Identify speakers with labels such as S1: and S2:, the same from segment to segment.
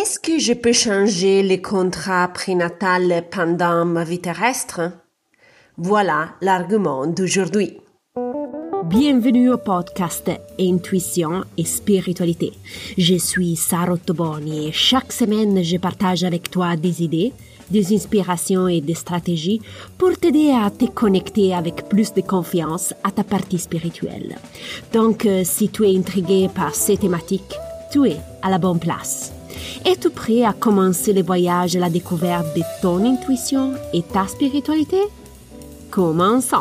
S1: Est-ce que je peux changer le contrat prénatal pendant ma vie terrestre? Voilà l'argument d'aujourd'hui.
S2: Bienvenue au podcast Intuition et Spiritualité. Je suis Sarah Ottoboni et chaque semaine je partage avec toi des idées, des inspirations et des stratégies pour t'aider à te connecter avec plus de confiance à ta partie spirituelle. Donc, si tu es intrigué par ces thématiques, tu es à la bonne place. Es-tu prêt à commencer le voyage à la découverte de ton intuition et ta spiritualité? Commençons!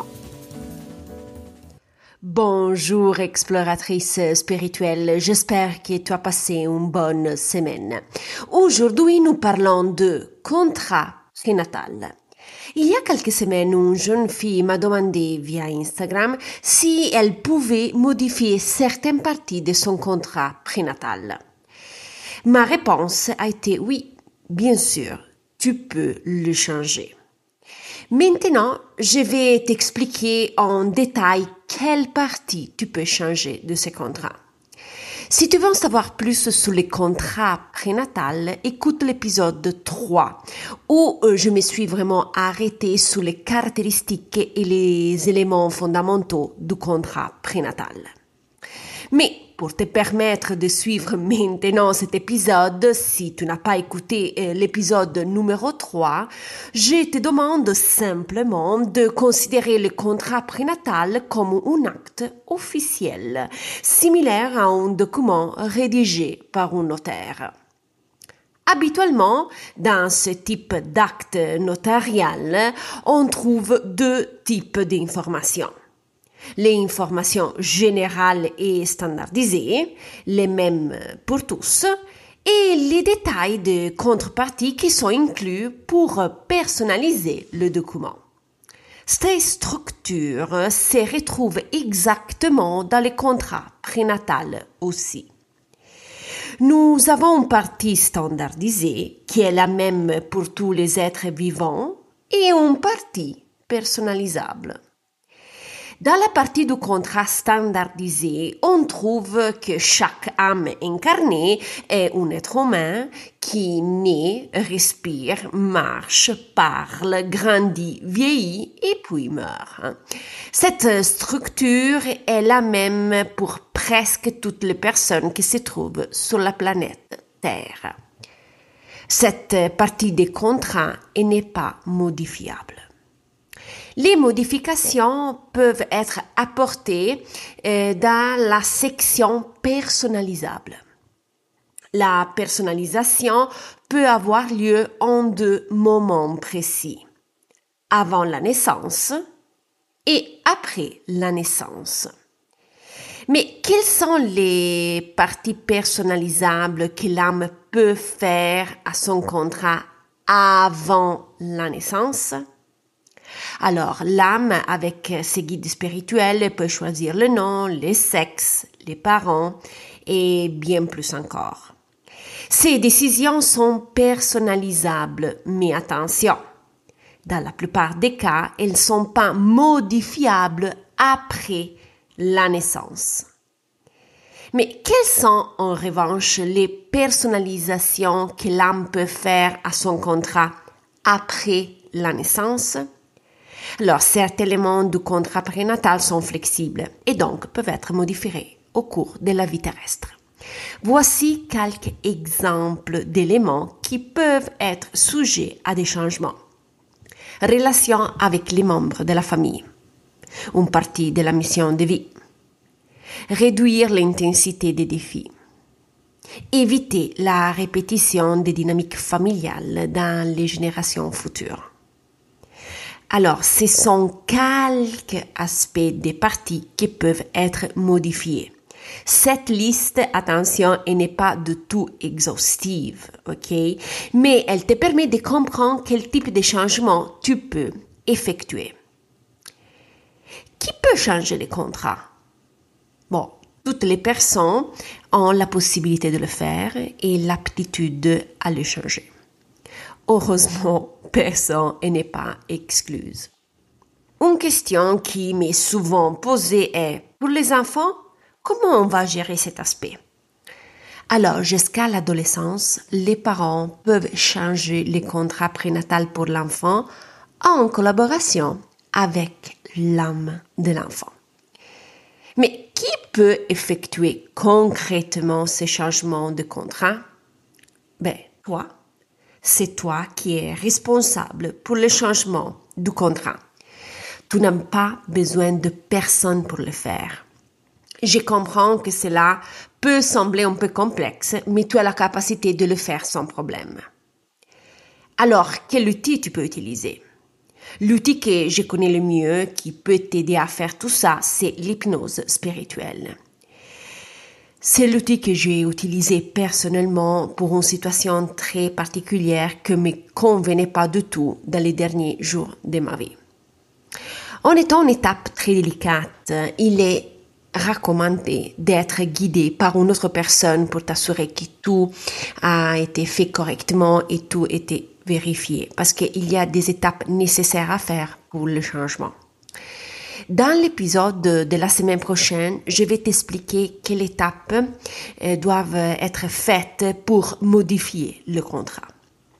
S1: Bonjour exploratrice spirituelle, j'espère que tu as passé une bonne semaine. Aujourd'hui, nous parlons de contrat prénatal. Il y a quelques semaines, une jeune fille m'a demandé via Instagram si elle pouvait modifier certaines parties de son contrat prénatal. Ma réponse a été oui, bien sûr, tu peux le changer. Maintenant, je vais t'expliquer en détail quelle partie tu peux changer de ce contrat. Si tu veux en savoir plus sur les contrats prénatals, écoute l'épisode 3 où je me suis vraiment arrêtée sur les caractéristiques et les éléments fondamentaux du contrat prénatal. Mais pour te permettre de suivre maintenant cet épisode, si tu n'as pas écouté l'épisode numéro 3, je te demande simplement de considérer le contrat prénatal comme un acte officiel, similaire à un document rédigé par un notaire. Habituellement, dans ce type d'acte notarial, on trouve deux types d'informations. Les informations générales et standardisées, les mêmes pour tous, et les détails de contrepartie qui sont inclus pour personnaliser le document. Ces structures se retrouvent exactement dans les contrats prénatals aussi. Nous avons une partie standardisée qui est la même pour tous les êtres vivants et une partie personnalisable. Dans la partie du contrat standardisé, on trouve que chaque âme incarnée est un être humain qui naît, respire, marche, parle, grandit, vieillit et puis meurt. Cette structure est la même pour presque toutes les personnes qui se trouvent sur la planète Terre. Cette partie des contrats n'est pas modifiable. Les modifications peuvent être apportées dans la section personnalisable. La personnalisation peut avoir lieu en deux moments précis, avant la naissance et après la naissance. Mais quelles sont les parties personnalisables que l'âme peut faire à son contrat avant la naissance? Alors, l'âme, avec ses guides spirituels, peut choisir le nom, le sexe, les parents et bien plus encore. Ces décisions sont personnalisables, mais attention, dans la plupart des cas, elles ne sont pas modifiables après la naissance. Mais quelles sont en revanche les personnalisations que l'âme peut faire à son contrat après la naissance? Alors, certains éléments du contrat prénatal sont flexibles et donc peuvent être modifiés au cours de la vie terrestre. Voici quelques exemples d'éléments qui peuvent être sujets à des changements. Relation avec les membres de la famille, une partie de la mission de vie. Réduire l'intensité des défis. Éviter la répétition des dynamiques familiales dans les générations futures. Alors, ce sont quelques aspects des parties qui peuvent être modifiés. Cette liste, attention, elle n'est pas du tout exhaustive, ok? Mais elle te permet de comprendre quel type de changement tu peux effectuer. Qui peut changer les contrats? Bon, toutes les personnes ont la possibilité de le faire et l'aptitude à le changer. Heureusement, personne n'est pas excluse. Une question qui m'est souvent posée est, pour les enfants, comment on va gérer cet aspect? Alors, jusqu'à l'adolescence, les parents peuvent changer les contrats prénatals pour l'enfant en collaboration avec l'âme de l'enfant. Mais qui peut effectuer concrètement ces changements de contrat? Toi. C'est toi qui es responsable pour le changement du contrat. Tu n'as pas besoin de personne pour le faire. Je comprends que cela peut sembler un peu complexe, mais tu as la capacité de le faire sans problème. Alors, quel outil tu peux utiliser? L'outil que je connais le mieux, qui peut t'aider à faire tout ça, c'est l'hypnose spirituelle. C'est l'outil que j'ai utilisé personnellement pour une situation très particulière que ne me convenait pas du tout dans les derniers jours de ma vie. En étant une étape très délicate, il est recommandé d'être guidé par une autre personne pour t'assurer que tout a été fait correctement et tout été vérifié, parce qu'il y a des étapes nécessaires à faire pour le changement. Dans l'épisode de la semaine prochaine, je vais t'expliquer quelles étapes doivent être faites pour modifier le contrat.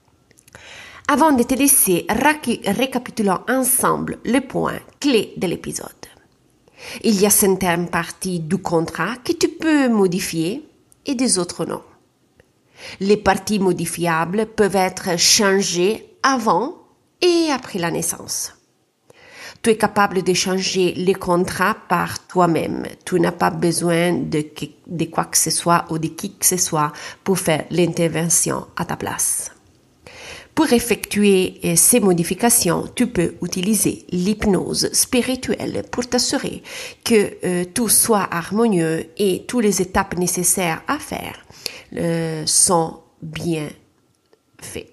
S1: Avant de te laisser, récapitulons ensemble les points clés de l'épisode. Il y a certaines parties du contrat que tu peux modifier et des autres non. Les parties modifiables peuvent être changées avant et après la naissance. Tu es capable de changer les contrats par toi-même. Tu n'as pas besoin de quoi que ce soit ou de qui que ce soit pour faire l'intervention à ta place. Pour effectuer ces modifications, tu peux utiliser l'hypnose spirituelle pour t'assurer que tout soit harmonieux et toutes les étapes nécessaires à faire sont bien faites.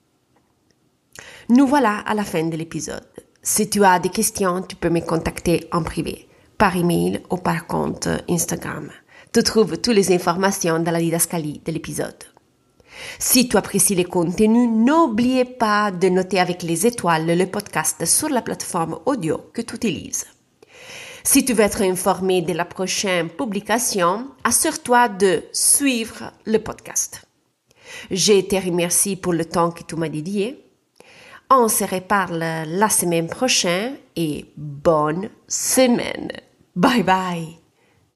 S1: Nous voilà à la fin de l'épisode. Si tu as des questions, tu peux me contacter en privé, par email ou par compte Instagram. Tu trouves toutes les informations dans la didascalie de l'épisode. Si tu apprécies les contenus, n'oubliez pas de noter avec les étoiles le podcast sur la plateforme audio que tu utilises. Si tu veux être informé de la prochaine publication, assure-toi de suivre le podcast. Je te remercie pour le temps que tu m'as dédié. On se reparle la semaine prochaine et bonne semaine. Bye bye.